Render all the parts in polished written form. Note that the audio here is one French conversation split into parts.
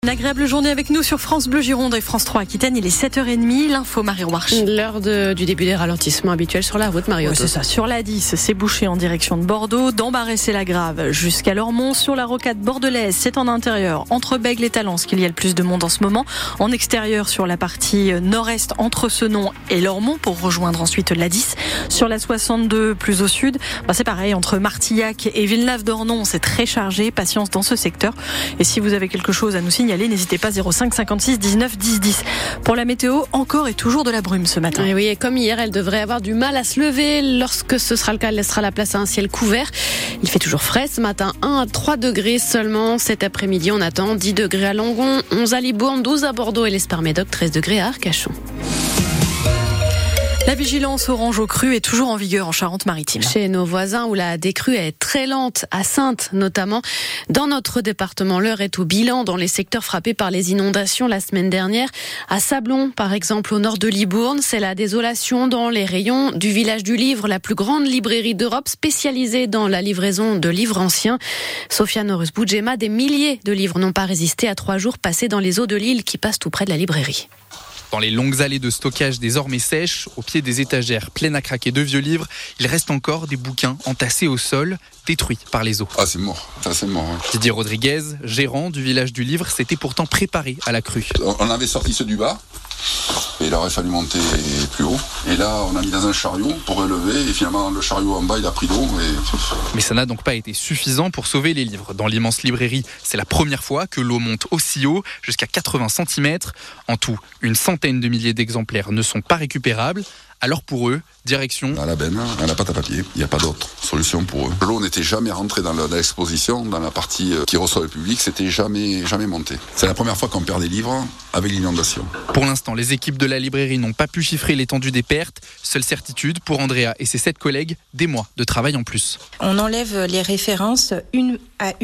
Une agréable journée avec nous sur France Bleu Gironde et France 3 Aquitaine. Il est 7h30, l'info Marie Warch. L'heure du début des ralentissements habituels sur la route, Marie. Ouais, c'est ça, sur la 10, c'est bouché en direction de Bordeaux, d'Embarré-c'est-la-Grave jusqu'à Lormont. Sur la rocade bordelaise, c'est en intérieur, entre Bègles et Talence qu'il y a le plus de monde en ce moment. En extérieur, sur la partie nord-est, entre Senon et Lormont, pour rejoindre ensuite la 10. Sur la 62, plus au sud, c'est pareil, entre Martillac et Villeneuve-d'Ornon, c'est très chargé. Patience dans ce secteur. Et si vous avez quelque chose à nous signaler, n'hésitez pas, 05 56 19 10 10. Pour la météo, encore et toujours de la brume ce matin. Et oui, et comme hier, elle devrait avoir du mal à se lever. Lorsque ce sera le cas, elle laissera la place à un ciel couvert. Il fait toujours frais ce matin, 1 à 3 degrés seulement. Cet après-midi, on attend 10 degrés à Langon, 11 à Libourne, 12 à Bordeaux et l'Esparmédoc, 13 degrés à Arcachon. La vigilance orange aux crues est toujours en vigueur en Charente-Maritime. Chez nos voisins où la décrue est très lente, à Saintes notamment. Dans notre département, l'heure est au bilan dans les secteurs frappés par les inondations la semaine dernière. À Sablon, par exemple, au nord de Libourne, c'est la désolation dans les rayons du Village du Livre, la plus grande librairie d'Europe spécialisée dans la livraison de livres anciens. Sofiane Horus-Boudjema, des milliers de livres n'ont pas résisté à 3 jours passés dans les eaux de l'île qui passent tout près de la librairie. Dans les longues allées de stockage désormais sèches, au pied des étagères pleines à craquer de vieux livres, il reste encore des bouquins entassés au sol, détruits par les eaux. Ah, c'est mort. Ça, c'est mort. Hein. Didier Rodriguez, gérant du Village du Livre, s'était pourtant préparé à la crue. On avait sorti ceux du bas, et il aurait fallu monter plus haut. Et là, on a mis dans un chariot pour relever, et finalement, le chariot en bas, il a pris d'eau. Mais ça n'a donc pas été suffisant pour sauver les livres. Dans l'immense librairie, c'est la première fois que l'eau monte aussi haut, jusqu'à 80 cm. En tout, une centaine de milliers d'exemplaires ne sont pas récupérables. Alors pour eux, direction... À la benne, à la pâte à papier, il n'y a pas d'autre solution pour eux. L'eau n'était jamais rentrée dans l'exposition, dans la partie qui reçoit le public, c'était jamais monté. C'est la première fois qu'on perd des livres avec l'inondation. Pour l'instant, les équipes de la librairie n'ont pas pu chiffrer l'étendue des pertes. Seule certitude pour Andrea et ses 7 collègues, des mois de travail en plus. On enlève les références une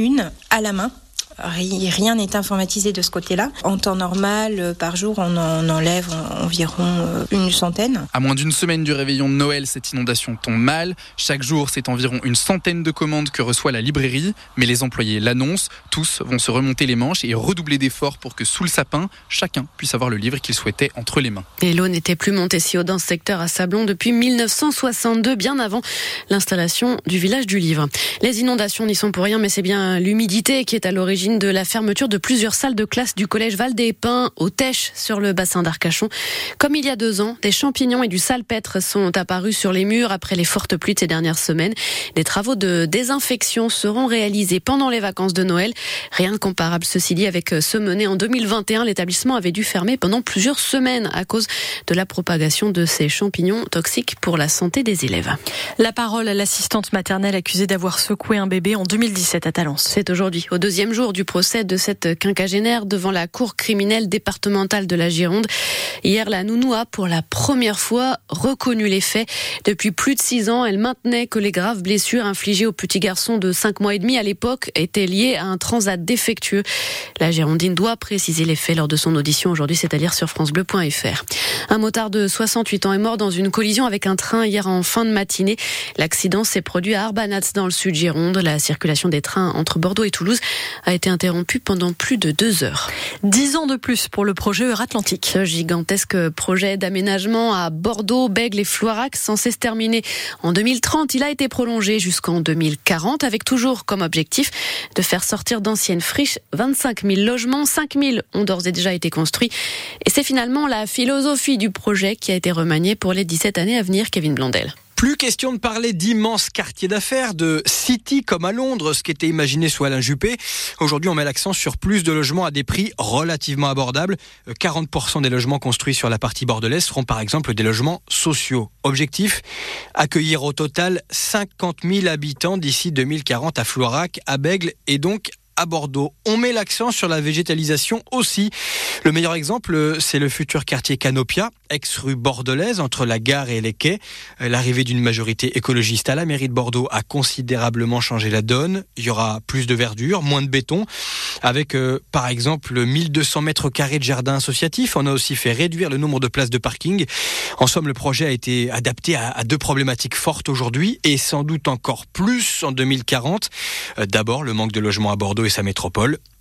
à la main. Rien n'est informatisé de ce côté-là. En temps normal, par jour, on en enlève environ une centaine. À moins d'une semaine du réveillon de Noël, cette inondation tombe mal. Chaque jour, c'est environ une centaine de commandes que reçoit la librairie. Mais les employés l'annoncent. Tous vont se remonter les manches et redoubler d'efforts pour que sous le sapin, chacun puisse avoir le livre qu'il souhaitait entre les mains. Et l'eau n'était plus montée si haut dans ce secteur à Sablon depuis 1962, bien avant l'installation du Village du Livre. Les inondations n'y sont pour rien, mais c'est bien l'humidité qui est à l'origine de la fermeture de plusieurs salles de classe du collège Val-des-Pins au Tèche sur le bassin d'Arcachon. Comme il y a 2 ans, des champignons et du salpêtre sont apparus sur les murs après les fortes pluies de ces dernières semaines. Des travaux de désinfection seront réalisés pendant les vacances de Noël. Rien de comparable, ceci dit, avec ce mené en 2021. L'établissement avait dû fermer pendant plusieurs semaines à cause de la propagation de ces champignons toxiques pour la santé des élèves. La parole à l'assistante maternelle accusée d'avoir secoué un bébé en 2017 à Talence. C'est aujourd'hui, au 2e jour du procès de cette quinquagénaire devant la cour criminelle départementale de la Gironde. Hier, la nounou a pour la première fois reconnu les faits. Depuis plus de 6 ans, elle maintenait que les graves blessures infligées au petit garçon de 5 mois et demi à l'époque étaient liées à un transat défectueux. La Girondine doit préciser les faits lors de son audition aujourd'hui, c'est à dire sur francebleu.fr. Un motard de 68 ans est mort dans une collision avec un train hier en fin de matinée. L'accident s'est produit à Arbanats dans le sud Gironde. La circulation des trains entre Bordeaux et Toulouse a été interrompu pendant plus de 2 heures. 10 ans de plus pour le projet Euratlantique. Ce gigantesque projet d'aménagement à Bordeaux, Bègles et Floirac, censé se terminer en 2030, il a été prolongé jusqu'en 2040 avec toujours comme objectif de faire sortir d'anciennes friches 25 000 logements. 5 000 ont d'ores et déjà été construits. Et c'est finalement la philosophie du projet qui a été remaniée pour les 17 années à venir, Kevin Blondel. Plus question de parler d'immenses quartiers d'affaires, de City comme à Londres, ce qui était imaginé sous Alain Juppé. Aujourd'hui, on met l'accent sur plus de logements à des prix relativement abordables. 40% des logements construits sur la partie bordelaise seront par exemple des logements sociaux. Objectif, accueillir au total 50 000 habitants d'ici 2040 à Floirac, à Bègles et donc à Bordeaux. On met l'accent sur la végétalisation aussi. Le meilleur exemple, c'est le futur quartier Canopia, ex-rue bordelaise, entre la gare et les quais. L'arrivée d'une majorité écologiste à la mairie de Bordeaux a considérablement changé la donne. Il y aura plus de verdure, moins de béton, avec par exemple 1200 mètres carrés de jardin associatif. On a aussi fait réduire le nombre de places de parking. En somme, le projet a été adapté à 2 problématiques fortes aujourd'hui et sans doute encore plus en 2040. D'abord, le manque de logements à Bordeaux et sa métropole.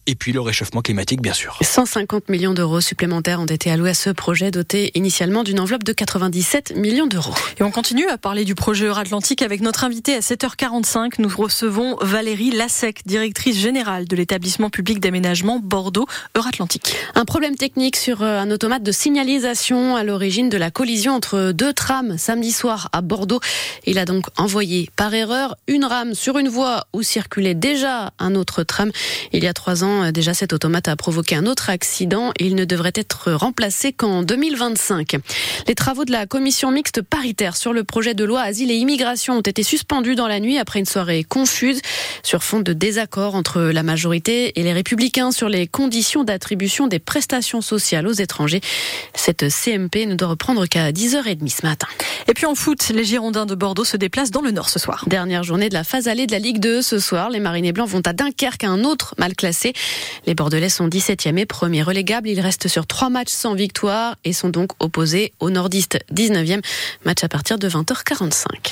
et puis le réchauffement climatique, bien sûr. 150 millions d'euros supplémentaires ont été alloués à ce projet doté initialement d'une enveloppe de 97 millions d'euros. Et on continue à parler du projet Euratlantique avec notre invité à 7h45. Nous recevons Valérie Lassec, directrice générale de l'établissement public d'aménagement Bordeaux Euratlantique. Un problème technique sur un automate de signalisation à l'origine de la collision entre deux trams samedi soir à Bordeaux. Il a donc envoyé par erreur une rame sur une voie où circulait déjà un autre tram. Il y a 3 ans, déjà, cet automate a provoqué un autre accident et il ne devrait être remplacé qu'en 2025. Les travaux de la commission mixte paritaire sur le projet de loi Asile et Immigration ont été suspendus dans la nuit après une soirée confuse sur fond de désaccord entre la majorité et les Républicains sur les conditions d'attribution des prestations sociales aux étrangers. Cette CMP ne doit reprendre qu'à 10h30 ce matin. Et puis en foot, les Girondins de Bordeaux se déplacent dans le Nord ce soir. Dernière journée de la phase allée de la Ligue 2 ce soir. Les Marinés Blancs vont à Dunkerque, un autre mal classé. Les Bordelais sont 17e et premier relégable. Ils restent sur 3 matchs sans victoire et sont donc opposés aux nordistes 19e. Match à partir de 20h45.